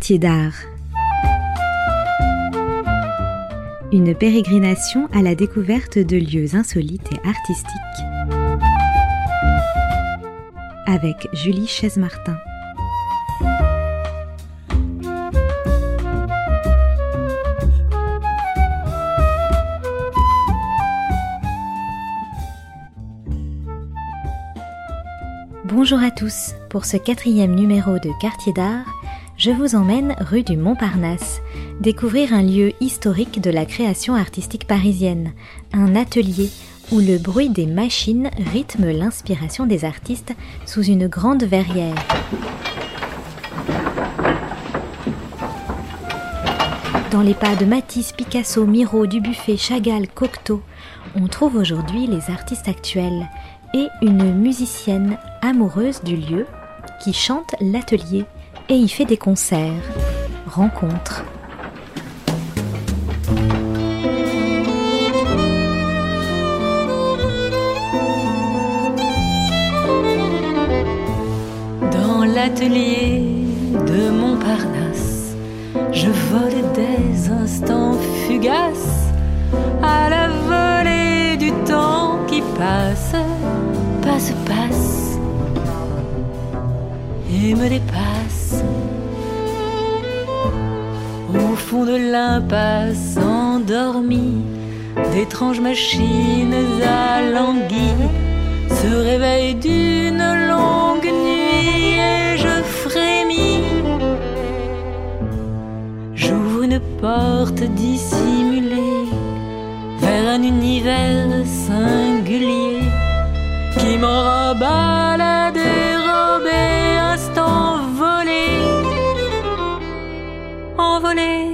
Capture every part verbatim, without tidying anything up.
Quartier d'art. Une pérégrination à la découverte de lieux insolites et artistiques. Avec Julie Chaise-Martin. Bonjour à tous, pour ce quatrième numéro de Quartier d'art, je vous emmène rue du Montparnasse, découvrir un lieu historique de la création artistique parisienne, un atelier où le bruit des machines rythme l'inspiration des artistes sous une grande verrière. Dans les pas de Matisse, Picasso, Miro, Dubuffet, Chagall, Cocteau, on trouve aujourd'hui les artistes actuels et une musicienne amoureuse du lieu qui chante l'atelier et y fait des concerts, rencontres. Dans l'atelier de Montparnasse, je vole des instants fugaces à la volée du temps qui passe, passe, passe et me dépasse. Au fond de l'impasse endormie, d'étranges machines alanguies se réveillent d'une longue nuit et je frémis. J'ouvre une porte dissimulée vers un univers singulier qui m'enrobe à la dérobée, instant volé, envolé.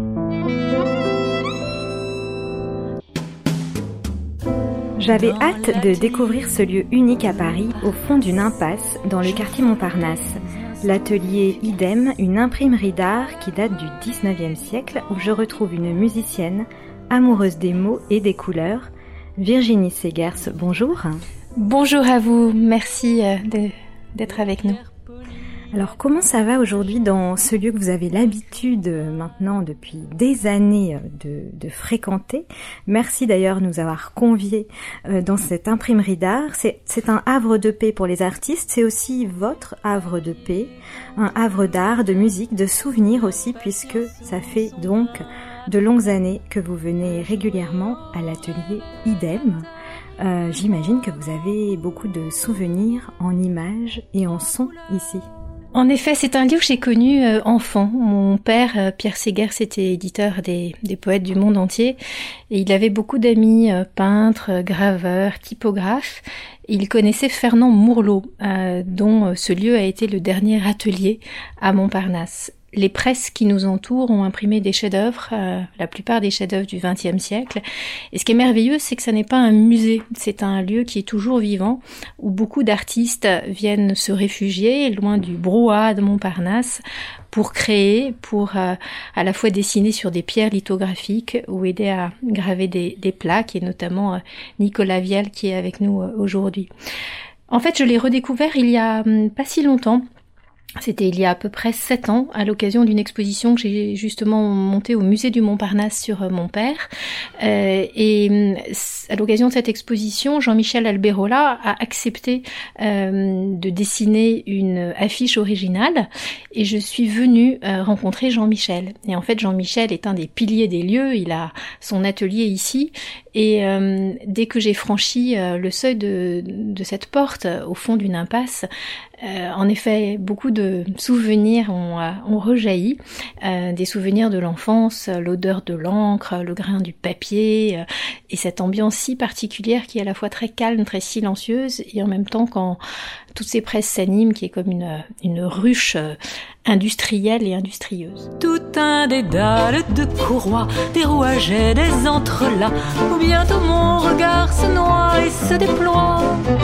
J'avais hâte de découvrir ce lieu unique à Paris, au fond d'une impasse, dans le quartier Montparnasse. L'atelier Idem, une imprimerie d'art qui date du dix-neuvième siècle, où je retrouve une musicienne, amoureuse des mots et des couleurs. Virginie Segers, bonjour. Bonjour à vous, merci de, d'être avec nous. Alors comment ça va aujourd'hui dans ce lieu que vous avez l'habitude maintenant depuis des années de, de fréquenter? Merci d'ailleurs de nous avoir conviés dans cette imprimerie d'art. C'est, c'est un havre de paix pour les artistes, c'est aussi votre havre de paix, un havre d'art, de musique, de souvenirs aussi, puisque ça fait donc de longues années que vous venez régulièrement à l'atelier Idem. Euh, j'imagine que vous avez beaucoup de souvenirs en images et en sons ici. En effet, c'est un lieu que j'ai connu euh, enfant. Mon père, euh, Pierre Segers, était éditeur des, des poètes du monde entier et il avait beaucoup d'amis euh, peintres, euh, graveurs, typographes. Il connaissait Fernand Mourlot, euh, dont euh, ce lieu a été le dernier atelier à Montparnasse. Les presses qui nous entourent ont imprimé des chefs-d'œuvre, euh, la plupart des chefs-d'œuvre du vingtième siècle. Et ce qui est merveilleux, c'est que ça n'est pas un musée, c'est un lieu qui est toujours vivant, où beaucoup d'artistes viennent se réfugier loin du brouhaha de Montparnasse pour créer, pour euh, à la fois dessiner sur des pierres lithographiques ou aider à graver des, des plaques, et notamment euh, Nicolas Vielle qui est avec nous euh, aujourd'hui. En fait, je l'ai redécouvert il y a hum, pas si longtemps. C'était il y a à peu près sept ans, à l'occasion d'une exposition que j'ai justement montée au musée du Montparnasse sur mon père. Euh, et à l'occasion de cette exposition, Jean-Michel Alberola a accepté euh, de dessiner une affiche originale et je suis venue euh, rencontrer Jean-Michel. Et en fait, Jean-Michel est un des piliers des lieux, il a son atelier ici. Et euh, dès que j'ai franchi euh, le seuil de, de cette porte, euh, au fond d'une impasse, euh, en effet, beaucoup de souvenirs ont, euh, ont rejailli, euh, des souvenirs de l'enfance, l'odeur de l'encre, le grain du papier, euh, et cette ambiance si particulière qui est à la fois très calme, très silencieuse, et en même temps quand toutes ces presses s'animent, qui est comme une, une ruche euh, industrielle et industrieuse. Tout un dédale de courroies, des rouages et des entrelacs, où bientôt mon regard se noie et se déploie.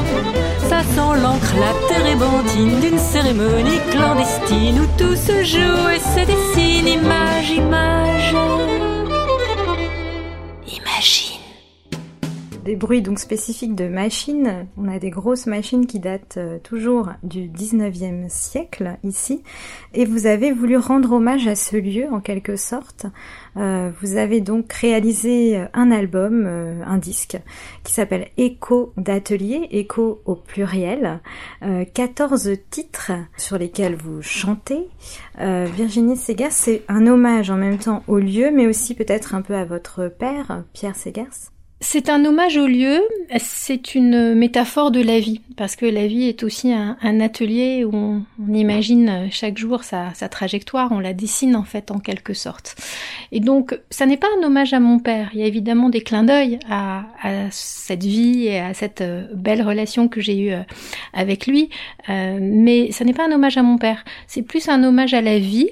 Ça sent l'encre, la térébenthine d'une cérémonie clandestine où tout se joue et se dessine, image, image. Imagine. des bruits donc spécifiques de machines. On a des grosses machines qui datent euh, toujours du dix-neuvième siècle ici. Et vous avez voulu rendre hommage à ce lieu en quelque sorte. Euh, vous avez donc réalisé un album, euh, un disque, qui s'appelle Écho d'atelier, écho au pluriel, euh, quatorze titres sur lesquels vous chantez. Euh, Virginie Segers, c'est un hommage en même temps au lieu, mais aussi peut-être un peu à votre père, Pierre Segers. C'est un hommage au lieu, c'est une métaphore de la vie, parce que la vie est aussi un, un atelier où on, on imagine chaque jour sa, sa trajectoire, on la dessine en fait en quelque sorte. Et donc, ça n'est pas un hommage à mon père, il y a évidemment des clins d'œil à, à cette vie et à cette belle relation que j'ai eue avec lui, euh, mais ça n'est pas un hommage à mon père, c'est plus un hommage à la vie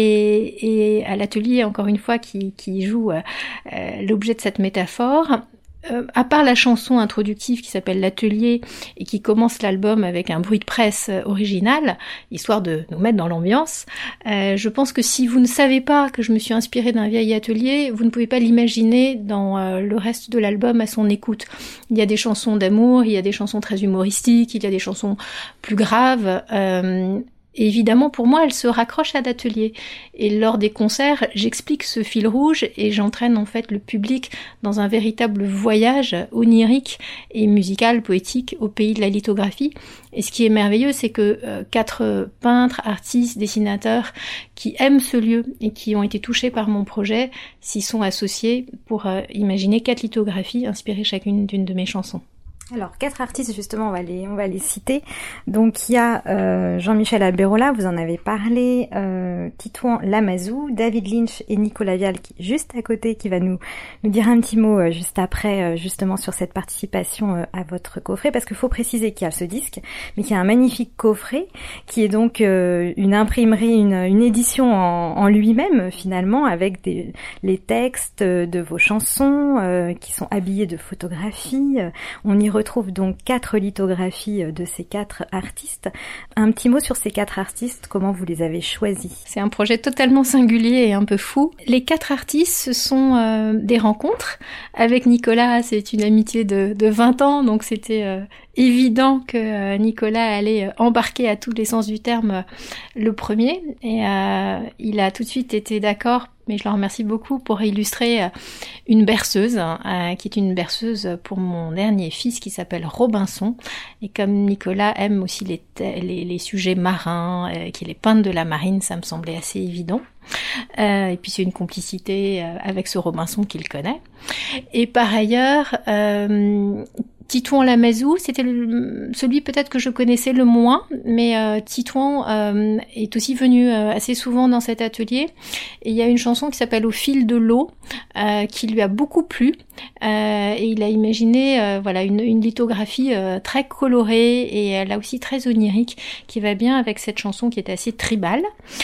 et, et à l'atelier, encore une fois, qui, qui joue euh, l'objet de cette métaphore. Euh, à part la chanson introductive qui s'appelle L'Atelier et qui commence l'album avec un bruit de presse original, histoire de nous mettre dans l'ambiance, euh, je pense que si vous ne savez pas que je me suis inspirée d'un vieil atelier, vous ne pouvez pas l'imaginer dans euh, le reste de l'album à son écoute. Il y a des chansons d'amour, il y a des chansons très humoristiques, il y a des chansons plus graves, euh, et évidemment, pour moi, elle se raccroche à l'atelier. Et lors des concerts, j'explique ce fil rouge et j'entraîne en fait le public dans un véritable voyage onirique et musical, poétique au pays de la lithographie. Et ce qui est merveilleux, c'est que euh, quatre peintres, artistes, dessinateurs qui aiment ce lieu et qui ont été touchés par mon projet s'y sont associés pour euh, imaginer quatre lithographies inspirées chacune d'une de mes chansons. Alors, quatre artistes, justement, on va les, on va les citer. Donc, il y a euh, Jean-Michel Alberola, vous en avez parlé, euh, Titouan Lamazou, David Lynch et Nicolas Vial, qui est juste à côté, qui va nous, nous dire un petit mot euh, juste après, euh, justement, sur cette participation euh, à votre coffret, parce qu'il faut préciser qu'il y a ce disque, mais qu'il y a un magnifique coffret, qui est donc euh, une imprimerie, une, une édition en, en lui-même, finalement, avec des, les textes de vos chansons, euh, qui sont habillés de photographies. On y retrouve donc quatre lithographies de ces quatre artistes. Un petit mot sur ces quatre artistes, comment vous les avez choisis? C'est un projet totalement singulier et un peu fou. Les quatre artistes, ce sont euh, des rencontres. Avec Nicolas, c'est une amitié de, de vingt ans, donc c'était euh, évident que euh, Nicolas allait embarquer à tous les sens du terme euh, le premier. Et euh, il a tout de suite été d'accord, mais je le remercie beaucoup, pour illustrer euh, une berceuse, euh, qui est une berceuse pour mon dernier fils qui s'appelle Robinson. Et comme Nicolas aime aussi les, les, les sujets marins, euh, qu'il est peintre de la marine, ça me semblait assez évident. Euh, et puis c'est une complicité euh, avec ce Robinson qu'il connaît. Et par ailleurs, euh, Titouan Lamazou, c'était le, celui peut-être que je connaissais le moins, mais euh, Titouan euh, est aussi venu euh, assez souvent dans cet atelier. Et il y a une chanson qui s'appelle Au fil de l'eau, euh, qui lui a beaucoup plu. Euh, et il a imaginé euh, voilà une, une lithographie euh, très colorée et euh, là aussi très onirique, qui va bien avec cette chanson qui est assez tribale.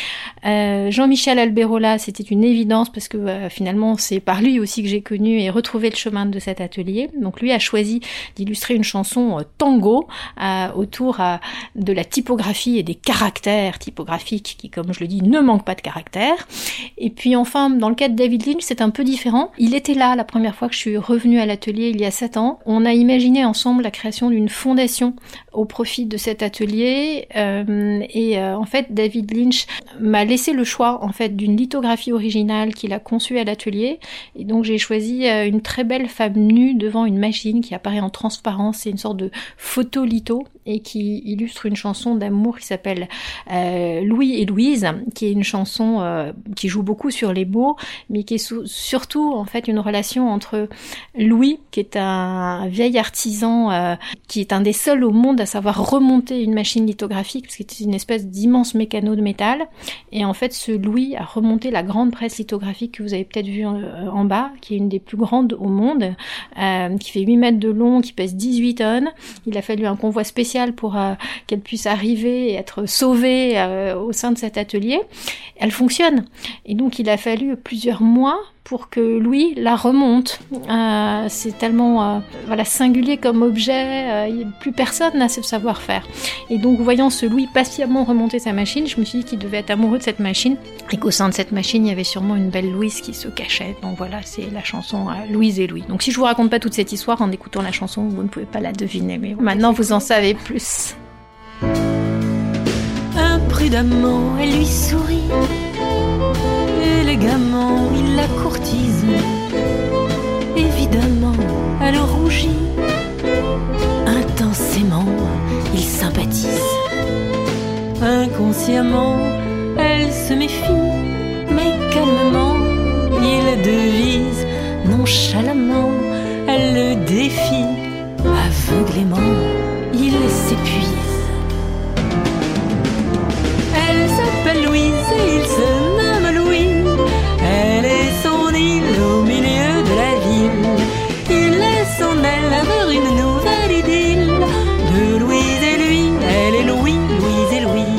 Euh, Jean-Michel Alberola, c'était une évidence parce que euh, finalement c'est par lui aussi que j'ai connu et retrouvé le chemin de cet atelier. Donc lui a choisi d'illustrer une chanson euh, tango euh, autour euh, de la typographie et des caractères typographiques qui, comme je le dis, ne manquent pas de caractères. Et puis enfin, dans le cas de David Lynch, c'est un peu différent. Il était là la première fois que je suis revenue à l'atelier il y a sept ans. On a imaginé ensemble la création d'une fondation au profit de cet atelier euh, et euh, en fait David Lynch m'a laissé le choix en fait d'une lithographie originale qu'il a conçue à l'atelier, et donc j'ai choisi euh, une très belle femme nue devant une machine qui apparaît en transparence. C'est une sorte de photo litho et qui illustre une chanson d'amour qui s'appelle euh, Louis et Louise, qui est une chanson euh, qui joue beaucoup sur les mots, mais qui est sou- surtout en fait une relation entre Louis, qui est un vieil artisan, euh, qui est un des seuls au monde à savoir remonter une machine lithographique, parce que c'est une espèce d'immense mécano de métal, et en fait ce Louis a remonté la grande presse lithographique que vous avez peut-être vue en, en bas, qui est une des plus grandes au monde, euh, qui fait huit mètres de long, qui pèse dix-huit tonnes. Il a fallu un convoi spécial pour euh, qu'elle puisse arriver et être sauvée euh, au sein de cet atelier. Elle fonctionne. Et donc il a fallu plusieurs mois pour que Louis la remonte. Euh, c'est tellement euh, voilà, singulier comme objet, euh, plus personne n'a ce savoir-faire. Et donc, voyant ce Louis patiemment remonter sa machine, je me suis dit qu'il devait être amoureux de cette machine et qu'au sein de cette machine, il y avait sûrement une belle Louise qui se cachait. Donc voilà, c'est la chanson euh, Louise et Louis. Donc si je vous raconte pas toute cette histoire en écoutant la chanson, vous ne pouvez pas la deviner, mais maintenant vous en savez plus. Imprudemment, elle lui sourit. Élégamment, il la courtise. Évidemment, elle rougit. Intensément, il sympathise. Inconsciemment, elle se méfie. Mais calmement, il devise. Nonchalamment, elle le défie. Aveuglément, il s'épuise. Elle s'appelle Louise et il se nomme Louis. Elle est son île au milieu de la ville. Il est son aile vers une nouvelle idylle. De Louise et lui, elle est Louis, Louise et Louis.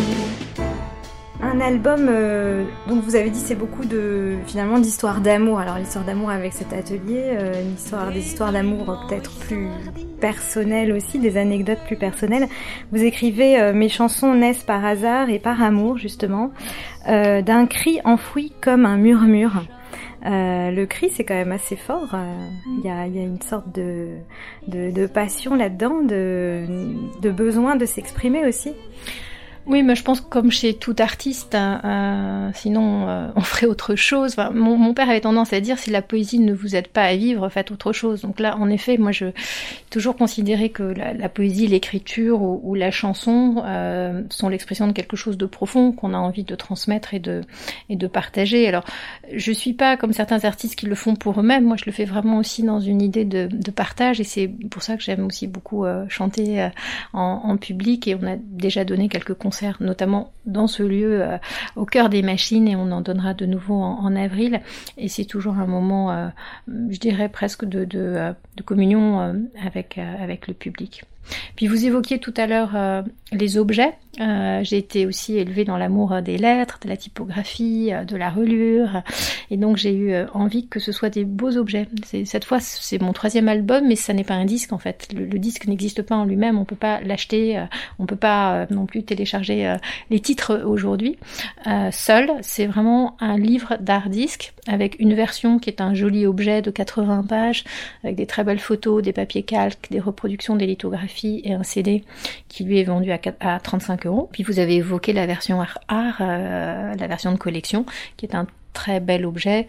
Un album, euh, donc vous avez dit c'est beaucoup de finalement d'histoires d'amour. Alors l'histoire d'amour avec cet atelier, euh, une histoire, des histoires d'amour euh, peut-être plus personnelles aussi, des anecdotes plus personnelles. Vous écrivez euh, mes chansons naissent par hasard et par amour justement, euh, d'un cri enfoui comme un murmure. Euh, le cri c'est quand même assez fort. Il euh, y, a, y a une sorte de, de, de passion là-dedans, de, de besoin de s'exprimer aussi. Oui, mais je pense que comme chez tout artiste, euh, sinon euh, on ferait autre chose. Enfin, mon, mon père avait tendance à dire si la poésie ne vous aide pas à vivre, faites autre chose. Donc là, en effet, moi, je toujours considéré que la, la poésie, l'écriture ou, ou la chanson euh, sont l'expression de quelque chose de profond qu'on a envie de transmettre et de et de partager. Alors, je suis pas comme certains artistes qui le font pour eux-mêmes. Moi, je le fais vraiment aussi dans une idée de, de partage, et c'est pour ça que j'aime aussi beaucoup euh, chanter euh, en, en public. Et on a déjà donné quelques concerts, notamment dans ce lieu euh, au cœur des machines, et on en donnera de nouveau en, en avril, et c'est toujours un moment euh, je dirais presque de, de, de communion euh, avec, euh, avec le public. Puis vous évoquiez tout à l'heure euh, les objets. Euh, j'ai été aussi élevée dans l'amour des lettres, de la typographie, euh, de la reliure, et donc j'ai eu euh, envie que ce soit des beaux objets. C'est, cette fois, c'est mon troisième album, mais ça n'est pas un disque en fait. Le, le disque n'existe pas en lui-même, on peut pas l'acheter, euh, on peut pas euh, non plus télécharger euh, les titres aujourd'hui. Euh, seul, c'est vraiment un livre d'art disque avec une version qui est un joli objet de quatre-vingts pages, avec des très belles photos, des papiers calques, des reproductions, des lithographies et un C D qui lui est vendu à, à trente-cinq euros. Puis vous avez évoqué la version art, art euh, la version de collection, qui est un très bel objet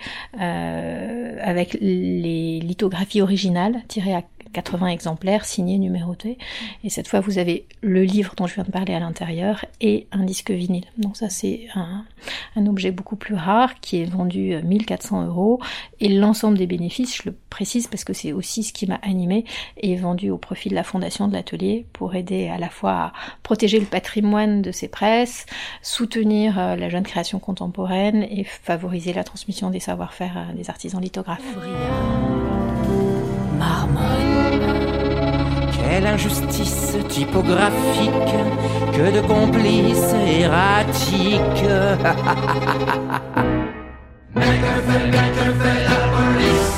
euh, avec les lithographies originales tirées à quatre-vingts exemplaires, signés, numérotés. Et cette fois, vous avez le livre dont je viens de parler à l'intérieur et un disque vinyle. Donc ça, c'est un, un objet beaucoup plus rare qui est vendu mille quatre cents euros. Et l'ensemble des bénéfices, je le précise parce que c'est aussi ce qui m'a animée, est vendu au profit de la fondation de l'atelier pour aider à la fois à protéger le patrimoine de ces presses, soutenir la jeune création contemporaine et favoriser la transmission des savoir-faire des artisans lithographes. Marmonne. Quelle injustice typographique, que de complices erratiques. Mais que fait, mais que fait la police?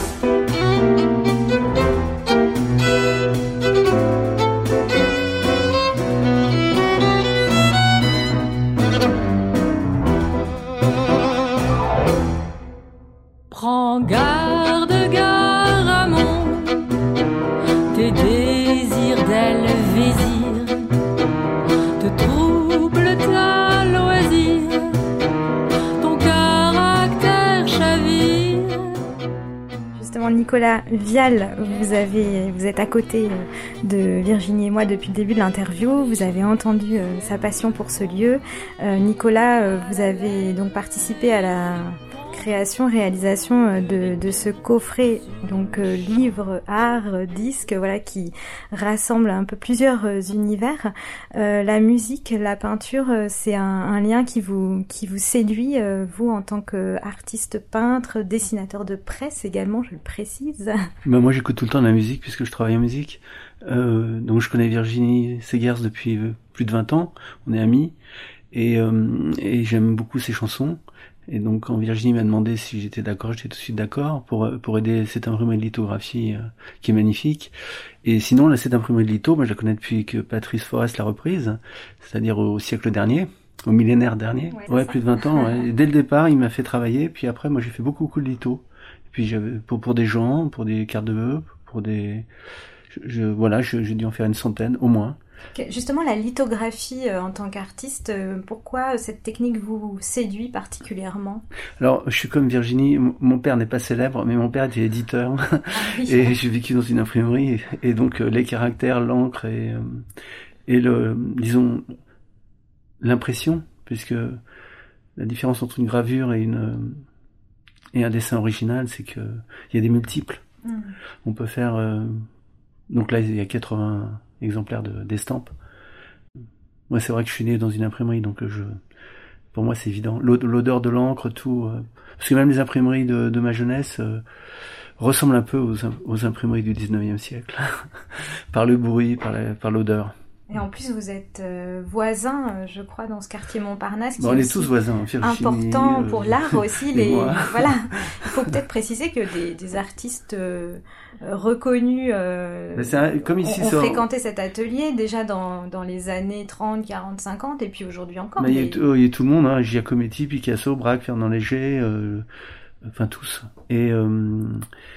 Prends garde, Garamond, tes désirs d'Helvézir te troublent à loisir, ton caractère chavire. Justement, Nicolas Vial, vous avez, vous êtes à côté de Virginie et moi depuis le début de l'interview. Vous avez entendu euh, sa passion pour ce lieu. Euh, Nicolas, euh, vous avez donc participé à la création, réalisation de, de ce coffret, donc euh, livre, art, disque, voilà, qui rassemble un peu plusieurs euh, univers. Euh, la musique, la peinture, euh, c'est un, un lien qui vous qui vous séduit, euh, vous en tant qu'artiste peintre, dessinateur de presse également, je le précise. Ben moi, j'écoute tout le temps de la musique puisque je travaille en musique. Euh, donc je connais Virginie Segers depuis plus de vingt ans. On est amis et, euh, et j'aime beaucoup ses chansons. Et donc quand Virginie m'a demandé si j'étais d'accord, j'étais tout de suite d'accord pour pour aider cette imprimerie de lithographie euh, qui est magnifique. Et sinon, là, cette imprimerie de litho, moi je la connais depuis que Patrice Forest l'a reprise, c'est-à-dire au siècle dernier, au millénaire dernier. Ouais, ouais plus de vingt ans. Ouais. Et dès le départ, il m'a fait travailler. Puis après, moi j'ai fait beaucoup beaucoup de litho. Et puis j'avais pour pour des gens, pour des cartes de vœux, pour des je, je voilà, je, j'ai dû en faire une centaine au moins. Justement, la lithographie euh, en tant qu'artiste, euh, pourquoi cette technique vous séduit particulièrement? Alors, je suis comme Virginie, m- mon père n'est pas célèbre, mais mon père était éditeur, ah, oui. Et j'ai vécu dans une imprimerie, et, et donc euh, les caractères, l'encre et, euh, et le, disons, l'impression, puisque la différence entre une gravure et une et un dessin original, c'est que il y a des multiples. Mm. On peut faire, euh, donc là il y a quatre-vingts exemplaires de, d'estampes. Moi, c'est vrai que je suis né dans une imprimerie, donc je, pour moi, c'est évident. L'odeur de l'encre, tout, euh, parce que même les imprimeries de, de ma jeunesse euh, ressemblent un peu aux, aux imprimeries du dix-neuvième siècle, par le bruit, par, la, par l'odeur. Et en plus, vous êtes euh, voisins, euh, je crois, dans ce quartier Montparnasse. Qui bon, on est est tous voisins. Virginie, important euh, pour l'art aussi. Les voilà. Il faut peut-être préciser que des, des artistes euh, reconnus euh, un, comme ici, ont, ont ça... fréquenté cet atelier déjà dans dans les années trente, quarante, cinquante, et puis aujourd'hui encore. Mais... Il, y a, il y a tout le monde, hein, Giacometti, Picasso, Braque, Fernand Léger, euh, enfin tous. Et euh,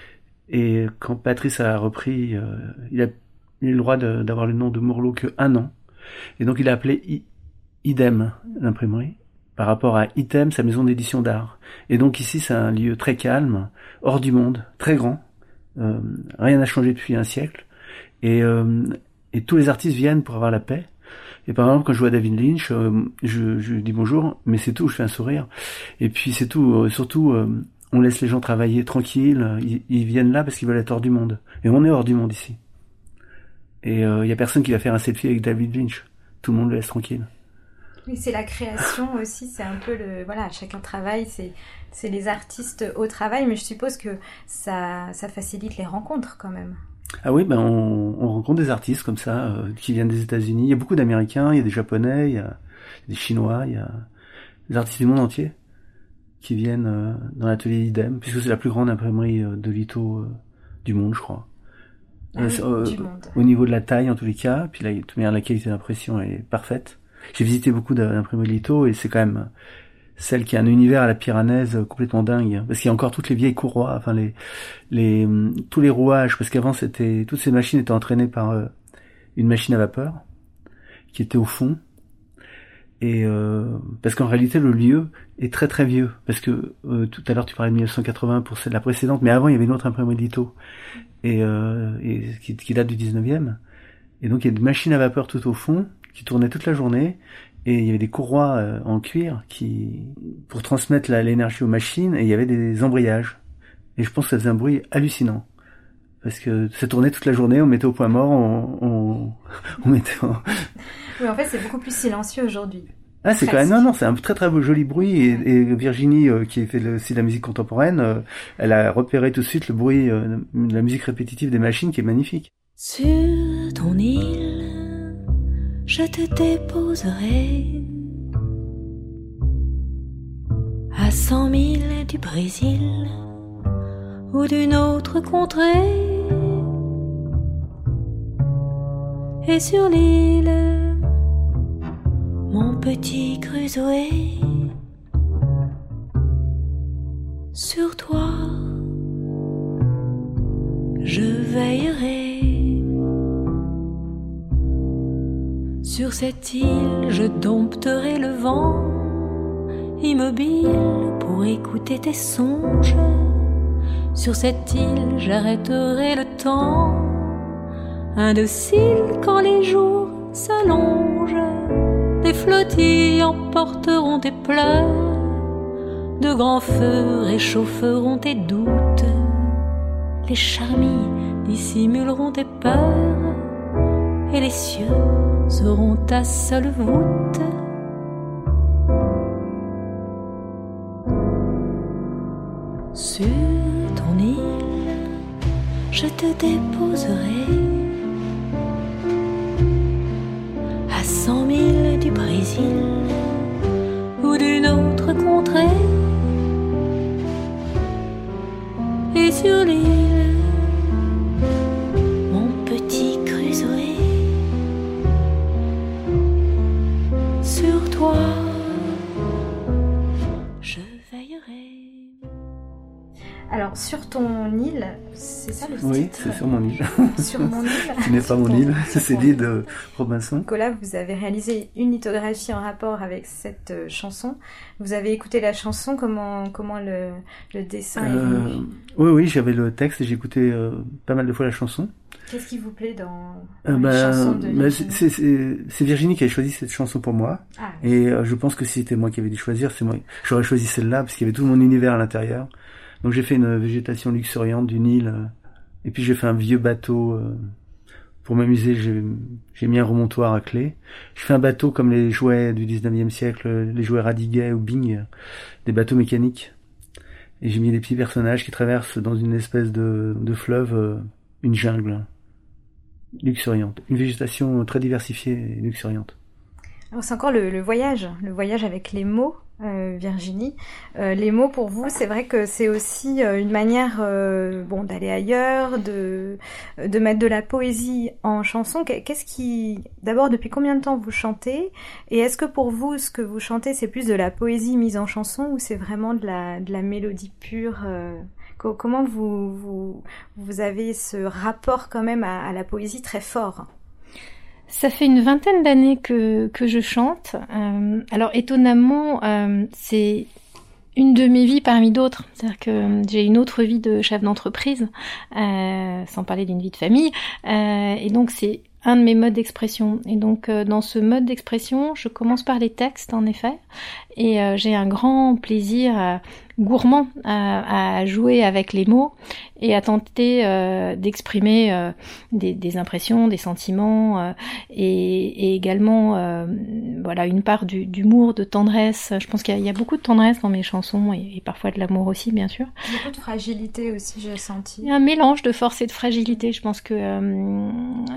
et quand Patrice a repris, euh, il a il a eu le droit de, d'avoir le nom de Mourlot que un an. Et donc il a appelé I, Idem, l'imprimerie, par rapport à Item, sa maison d'édition d'art. Et donc ici, c'est un lieu très calme, hors du monde, très grand. Euh, rien n'a changé depuis un siècle. Et, euh, et tous les artistes viennent pour avoir la paix. Et par exemple, quand je vois David Lynch, euh, je, je dis bonjour, mais c'est tout, je fais un sourire. Et puis c'est tout, euh, surtout, euh, on laisse les gens travailler tranquilles, ils, ils viennent là parce qu'ils veulent être hors du monde. Et on est hors du monde ici. Et il euh, y a personne qui va faire un selfie avec David Lynch. Tout le monde le laisse tranquille. Oui, c'est la création aussi, c'est un peu le... Voilà, chacun travaille, c'est, c'est les artistes au travail, mais je suppose que ça, ça facilite les rencontres quand même. Ah oui, ben on, on rencontre des artistes comme ça, euh, qui viennent des États-Unis. Il y a beaucoup d'Américains, il y a des Japonais, il y a des Chinois, il y a des artistes du monde entier qui viennent euh, dans l'atelier Idem, puisque c'est la plus grande imprimerie euh, de litho euh, du monde, je crois. Ah oui, euh, du monde. Au niveau de la taille en tous les cas, puis là, de toute manière, la qualité d'impression est parfaite. J'ai visité beaucoup d'imprimeries litho et c'est quand même celle qui a un univers à la Piranèse complètement dingue, parce qu'il y a encore toutes les vieilles courroies, enfin les les tous les rouages, parce qu'avant c'était toutes ces machines étaient entraînées par euh, une machine à vapeur qui était au fond. Et euh, parce qu'en réalité le lieu est très très vieux, parce que euh, tout à l'heure tu parlais de mille neuf cent quatre-vingts pour celle de la précédente, mais avant il y avait une autre imprimerie litho et, euh, et qui, qui date du dix-neuvième. Et donc il y a des machines à vapeur tout au fond qui tournaient toute la journée, et il y avait des courroies euh, en cuir qui pour transmettre la, l'énergie aux machines, et il y avait des embrayages. Et je pense que ça faisait un bruit hallucinant. Parce que ça tournait toute la journée, on mettait au point mort, on, on, on mettait... En... Oui, en fait, c'est beaucoup plus silencieux aujourd'hui. Ah, c'est Presque. Quand même... Non, non, c'est un très très beau joli bruit, et, et Virginie, euh, qui fait aussi de la musique contemporaine, euh, elle a repéré tout de suite le bruit euh, de la musique répétitive des machines, qui est magnifique. Sur ton île, je te déposerai à cent milles du Brésil ou d'une autre contrée, et sur l'île, mon petit Crusoé, sur toi, je veillerai. Sur cette île, je dompterai le vent, immobile pour écouter tes songes. Sur cette île, j'arrêterai le temps, indocile quand les jours s'allongent. Des flottilles emporteront tes pleurs, de grands feux réchaufferont tes doutes. Les charmilles dissimuleront tes peurs, et les cieux seront ta seule voûte. Sur ton île, je te déposerai à cent milles du Brésil ou d'une autre contrée, et sur l'île, mon petit Crusoé, sur toi je veillerai. Alors, sur ton île, c'est ça le titre? Oui, c'est sur mon île. Sur mon île. Ce n'est pas mon île, c'est l'île de Robinson. Nicolas, vous avez réalisé une lithographie en rapport avec cette euh, chanson. Vous avez écouté la chanson, comment, comment le, le dessin est venu? euh, Oui, oui, j'avais le texte et j'ai écouté euh, pas mal de fois la chanson. Qu'est-ce qui vous plaît dans, dans euh, bah, les chansons de bah, Virginie? c'est, c'est, c'est Virginie qui a choisi cette chanson pour moi. Ah. Et euh, je pense que si c'était moi qui avais dû choisir, c'est moi. J'aurais choisi celle-là parce qu'il y avait tout mon univers à l'intérieur. Donc j'ai fait une végétation luxuriante d'une île, euh, et puis j'ai fait un vieux bateau euh, pour m'amuser. J'ai, j'ai mis un remontoir à clé. Je fais un bateau comme les jouets du dix-neuvième siècle, les jouets Radiguet ou Bing, des bateaux mécaniques. Et j'ai mis des petits personnages qui traversent dans une espèce de, de fleuve euh, une jungle luxuriante, une végétation très diversifiée et luxuriante. Alors c'est encore le, le voyage, le voyage avec les mots. Euh, Virginie, euh, les mots pour vous, c'est vrai que c'est aussi euh, une manière, euh, bon, d'aller ailleurs, de de mettre de la poésie en chanson. Qu'est-ce qui, d'abord, depuis combien de temps vous chantez? Et est-ce que pour vous, ce que vous chantez, c'est plus de la poésie mise en chanson ou c'est vraiment de la de la mélodie pure? euh, Comment vous vous vous avez ce rapport quand même à, à la poésie très fort? Ça fait une vingtaine d'années que que je chante. Euh, alors étonnamment, euh, c'est une de mes vies parmi d'autres. C'est-à-dire que j'ai une autre vie de chef d'entreprise, euh, sans parler d'une vie de famille. Euh, et donc c'est un de mes modes d'expression. Et donc euh, dans ce mode d'expression, je commence par les textes en effet. Et euh, j'ai un grand plaisir euh, gourmand à, à jouer avec les mots et à tenter euh, d'exprimer euh, des, des impressions, des sentiments euh, et, et également euh, voilà une part du, d'humour, de tendresse. Je pense qu'il y a, il y a beaucoup de tendresse dans mes chansons et, et parfois de l'amour aussi, bien sûr. Beaucoup de fragilité aussi, j'ai senti. Il y a un mélange de force et de fragilité. Je pense que euh, euh,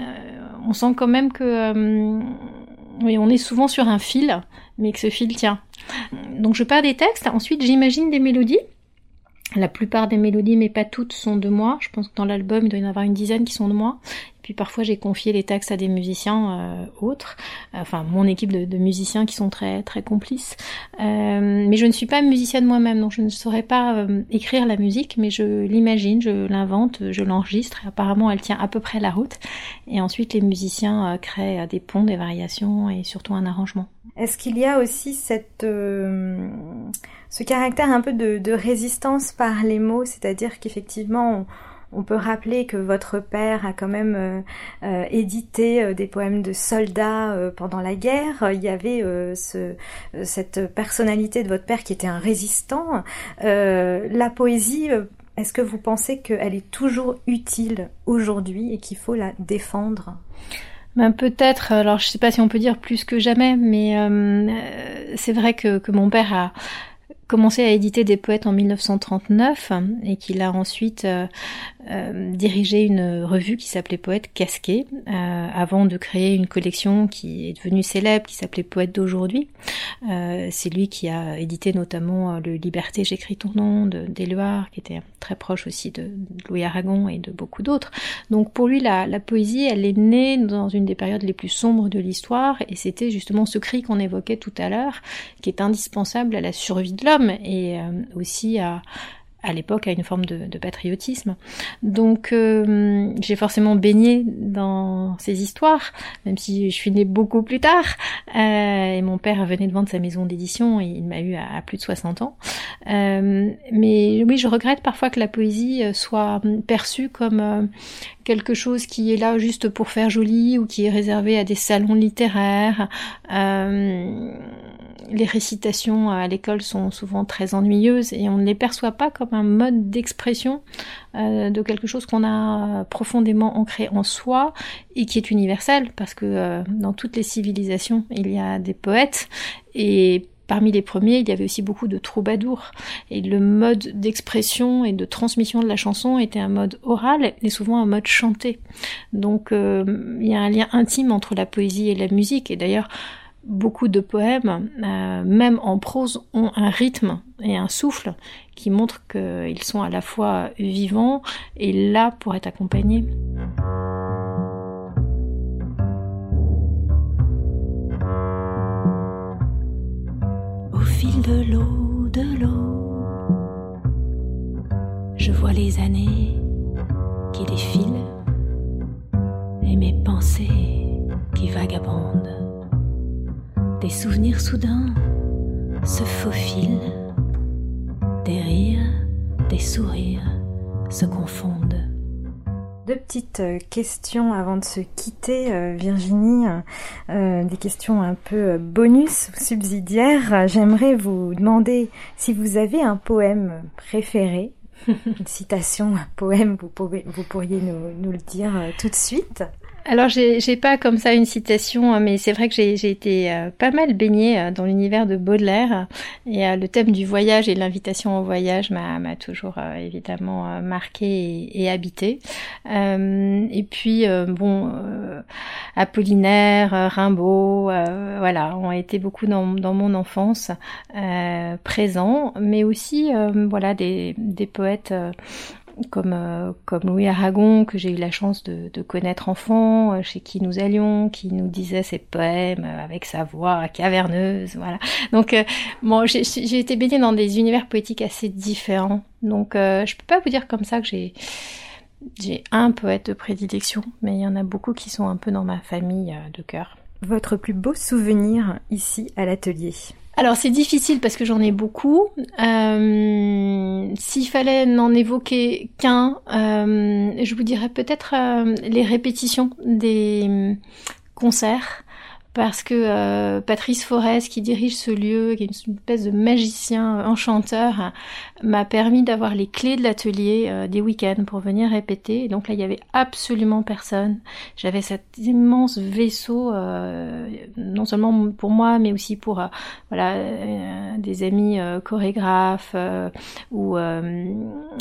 on sent quand même que euh, oui, on est souvent sur un fil, mais que ce fil tient. Donc je pars des textes, ensuite j'imagine des mélodies. La plupart des mélodies, mais pas toutes, sont de moi. Je pense que dans l'album, il doit y en avoir une dizaine qui sont de moi. Et puis parfois, j'ai confié les textes à des musiciens euh, autres, enfin mon équipe de, de musiciens qui sont très très complices. Euh, mais je ne suis pas musicienne moi-même, donc je ne saurais pas euh, écrire la musique, mais je l'imagine, je l'invente, je l'enregistre. Et apparemment, elle tient à peu près la route. Et ensuite, les musiciens euh, créent des ponts, des variations et surtout un arrangement. Est-ce qu'il y a aussi cette euh, ce caractère un peu de, de résistance par les mots, c'est-à-dire qu'effectivement on, on peut rappeler que votre père a quand même euh, euh, édité euh, des poèmes de soldats euh, pendant la guerre. Il y avait euh, ce, cette personnalité de votre père qui était un résistant. Euh, la poésie, euh, est-ce que vous pensez qu'elle est toujours utile aujourd'hui et qu'il faut la défendre ? Ben peut-être, alors je sais pas si on peut dire plus que jamais, mais euh, c'est vrai que, que mon père a commencé à éditer des poètes en mille neuf cent trente-neuf et qu'il a ensuite euh, euh, dirigé une revue qui s'appelait Poètes Casqués euh, avant de créer une collection qui est devenue célèbre qui s'appelait Poètes d'aujourd'hui. Euh, c'est lui qui a édité notamment le Liberté, j'écris ton nom de d'Éluard, qui était très proche aussi de, de Louis Aragon et de beaucoup d'autres. Donc pour lui la, la poésie elle est née dans une des périodes les plus sombres de l'histoire et c'était justement ce cri qu'on évoquait tout à l'heure qui est indispensable à la survie de l'homme et euh, aussi à, à l'époque à une forme de, de patriotisme. Donc euh, j'ai forcément baigné dans ces histoires, même si je suis née beaucoup plus tard. Euh, et mon père venait de vendre sa maison d'édition et il m'a eu à, à plus de soixante ans. Euh, mais oui, je regrette parfois que la poésie soit perçue comme euh, quelque chose qui est là juste pour faire joli ou qui est réservé à des salons littéraires. Euh, les récitations à l'école sont souvent très ennuyeuses et on ne les perçoit pas comme un mode d'expression euh, de quelque chose qu'on a profondément ancré en soi et qui est universel parce que euh, dans toutes les civilisations il y a des poètes et parmi les premiers, il y avait aussi beaucoup de troubadours. Et le mode d'expression et de transmission de la chanson était un mode oral et souvent un mode chanté. Donc euh, il y a un lien intime entre la poésie et la musique. Et d'ailleurs, beaucoup de poèmes, euh, même en prose, ont un rythme et un souffle qui montrent qu'ils sont à la fois vivants et là pour être accompagnés. Au fil de l'eau, de l'eau, je vois les années qui défilent et mes pensées qui vagabondent. Des souvenirs soudains se faufilent, des rires, des sourires se confondent. Deux petites questions avant de se quitter, euh, Virginie, euh, des questions un peu bonus, subsidiaires. J'aimerais vous demander si vous avez un poème préféré, une citation, un poème, vous, pouvez, vous pourriez nous, nous le dire euh, tout de suite. Alors j'ai, j'ai pas comme ça une citation, mais c'est vrai que j'ai, j'ai été euh, pas mal baignée euh, dans l'univers de Baudelaire et euh, le thème du voyage et l'invitation au voyage m'a, m'a toujours euh, évidemment euh, marqué et, et habité. Euh, et puis euh, bon, euh, Apollinaire, euh, Rimbaud, euh, voilà, ont été beaucoup dans, dans mon enfance euh, présents, mais aussi euh, voilà des, des poètes. Euh, comme euh, comme Louis Aragon que j'ai eu la chance de, de connaître enfant, euh, chez qui nous allions, qui nous disait ses poèmes euh, avec sa voix caverneuse, voilà. Donc euh, bon, j'ai, j'ai été baignée dans des univers poétiques assez différents. Donc euh, je peux pas vous dire comme ça que j'ai j'ai un poète de prédilection, mais il y en a beaucoup qui sont un peu dans ma famille euh, de cœur. Votre plus beau souvenir ici à l'atelier? Alors c'est difficile parce que j'en ai beaucoup. Euh, s'il fallait n'en évoquer qu'un, euh, je vous dirais peut-être euh, les répétitions des concerts. Parce que euh, Patrice Forest, qui dirige ce lieu, qui est une espèce de magicien enchanteur, m'a permis d'avoir les clés de l'atelier euh, des week-ends pour venir répéter. Et donc là, il y avait absolument personne. J'avais cet immense vaisseau, euh, non seulement pour moi, mais aussi pour euh, voilà euh, des amis euh, chorégraphes euh, ou euh,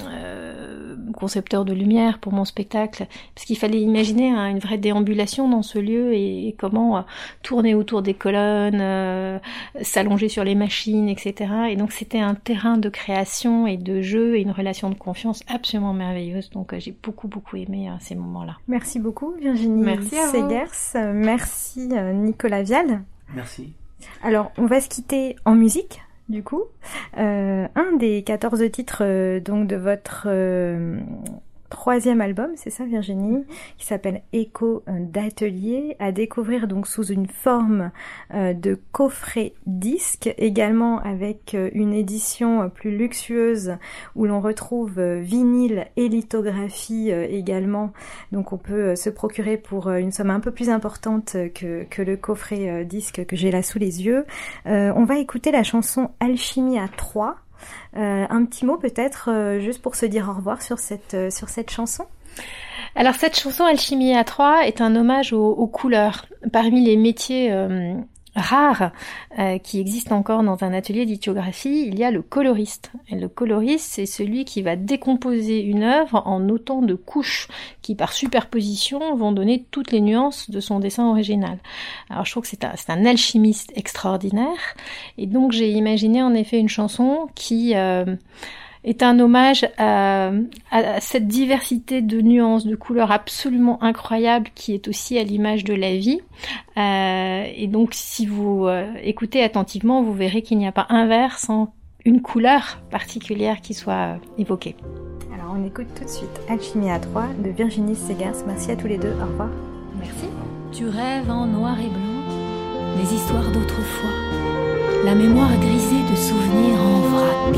euh, concepteurs de lumière pour mon spectacle. Parce qu'il fallait imaginer hein, une vraie déambulation dans ce lieu et, et comment euh, tourner autour des colonnes, euh, s'allonger sur les machines, et cetera. Et donc c'était un terrain de création et de jeu et une relation de confiance absolument merveilleuse. Donc euh, j'ai beaucoup beaucoup aimé euh, ces moments-là. Merci beaucoup Virginie Merci Segers. Merci euh, Nicolas Vial. Merci. Alors on va se quitter en musique. Du coup, euh, un des quatorze titres euh, donc de votre euh, troisième album, c'est ça Virginie, qui s'appelle Écho d'atelier, à découvrir donc sous une forme euh, de coffret disque, également avec euh, une édition plus luxueuse où l'on retrouve euh, vinyle et lithographie euh, également, donc on peut euh, se procurer pour euh, une somme un peu plus importante que, que le coffret euh, disque que j'ai là sous les yeux. Euh, on va écouter la chanson Alchimie à trois. Euh, un petit mot peut-être euh, juste pour se dire au revoir sur cette, euh, sur cette chanson. Alors cette chanson Alchimie à trois est un hommage aux, aux couleurs. Parmi les métiers euh, rares euh, qui existent encore dans un atelier de lithographie, il y a le coloriste. Et le coloriste, c'est celui qui va décomposer une œuvre en autant de couches qui, par superposition, vont donner toutes les nuances de son dessin original. Alors je trouve que c'est un, c'est un alchimiste extraordinaire. Et donc j'ai imaginé en effet une chanson qui... Euh, est un hommage à, à cette diversité de nuances, de couleurs absolument incroyables qui est aussi à l'image de la vie. Euh, et donc, si vous euh, écoutez attentivement, vous verrez qu'il n'y a pas un vers sans une couleur particulière qui soit euh, évoquée. Alors, on écoute tout de suite Alchimie à trois de Virginie Segers. Merci à tous les deux. Au revoir. Merci. Tu rêves en noir et blanc les histoires d'autrefois, la mémoire grisée de souvenirs en vrac.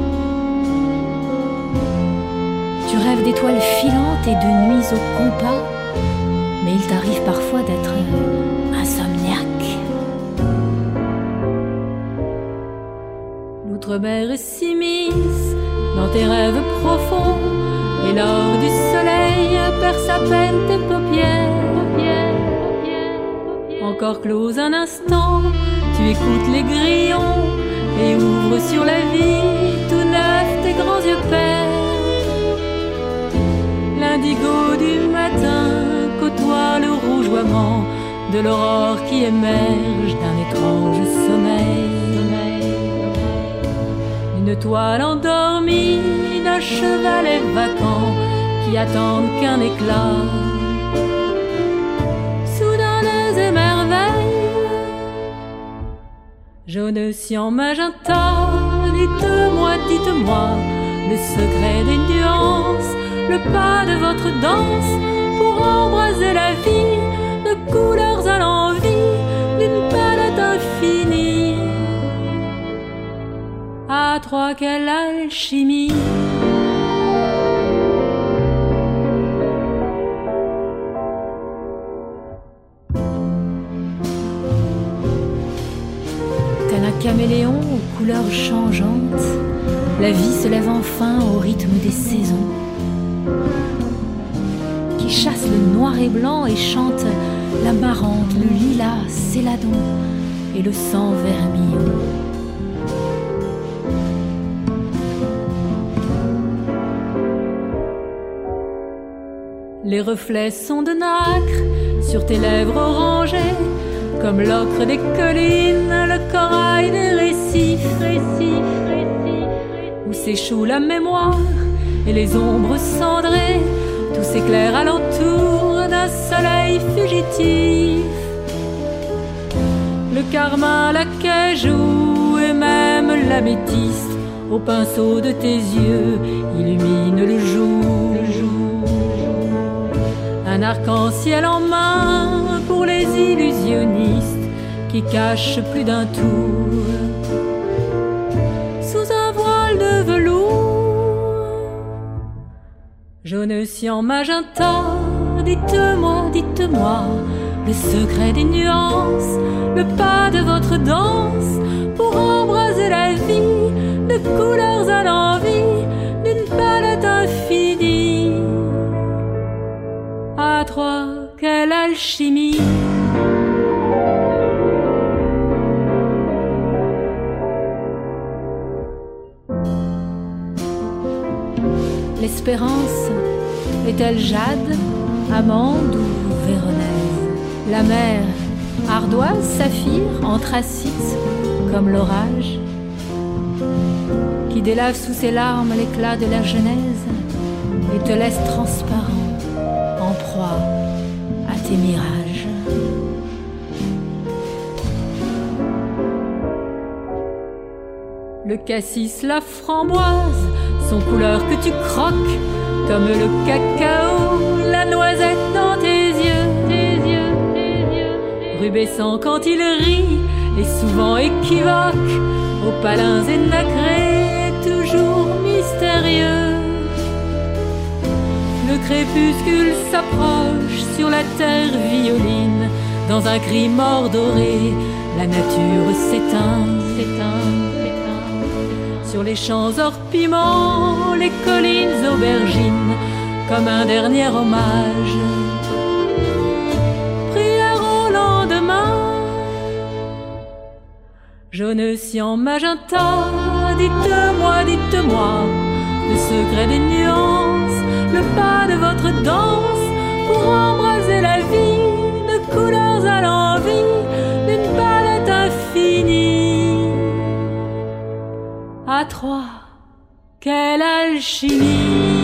Tu rêves d'étoiles filantes et de nuits au compas, mais il t'arrive parfois d'être insomniaque. L'outre-mer s'immisce dans tes rêves profonds, et l'or du soleil perce à peine tes paupières. Encore close un instant, tu écoutes les grillons et ouvres sur la vie tout neuf tes grands yeux pères. L'indigo du matin côtoie le rougeoiement de l'aurore qui émerge d'un étrange sommeil. Une toile endormie d'un chevalet vacant qui attendent qu'un éclat. Soudain des émerveilles, jaune cyan magenta, dites-moi, dites-moi le secret des nuances, le pas de votre danse pour embraser la vie, de couleurs à l'envie, d'une palette infinie. À trois, quelle alchimie! Tel un caméléon aux couleurs changeantes, la vie se lève enfin au rythme des saisons, qui chasse le noir et blanc et chante la marante, le lilas, céladon et le sang vermillon. Les reflets sont de nacre sur tes lèvres orangées, comme l'ocre des collines, le corail des récifs, récifs, récifs, où s'échoue la mémoire et les ombres cendrées, tout s'éclaire alentour d'un soleil fugitif. Le carmin, la cajou et même l'améthyste, au pinceau de tes yeux, illumine le jour, le jour. Un arc-en-ciel en main pour les illusionnistes qui cachent plus d'un tour sous un voile de velours. Jaune cyan magenta, dites-moi, dites-moi le secret des nuances, le pas de votre danse pour embraser la vie, de couleurs à l'envie, d'une palette infinie. À trois, quelle alchimie! L'espérance est-elle jade, amande ou véronaise? La mer, ardoise, saphir, anthracite, comme l'orage, qui délave sous ses larmes l'éclat de la genèse et te laisse transparent, en proie à tes mirages. Le cassis, la framboise, sont couleurs que tu croques, comme le cacao, la noisette dans tes yeux, tes yeux, tes yeux. Rubescent quand il rit, et souvent équivoque, aux palins et nacrés, toujours mystérieux. Le crépuscule s'approche sur la terre violine, dans un cri mort doré, la nature s'éteint, s'éteint, s'éteint. Sur les champs hors piment, les collines aubergines, comme un dernier hommage. Prière au lendemain, jaune cyan magenta, dites-moi, dites-moi le secret des nuances, le pas de votre danse pour embraser la vie, de couleurs à l'envie, d'une palette infinie. À trois, quelle alchimie!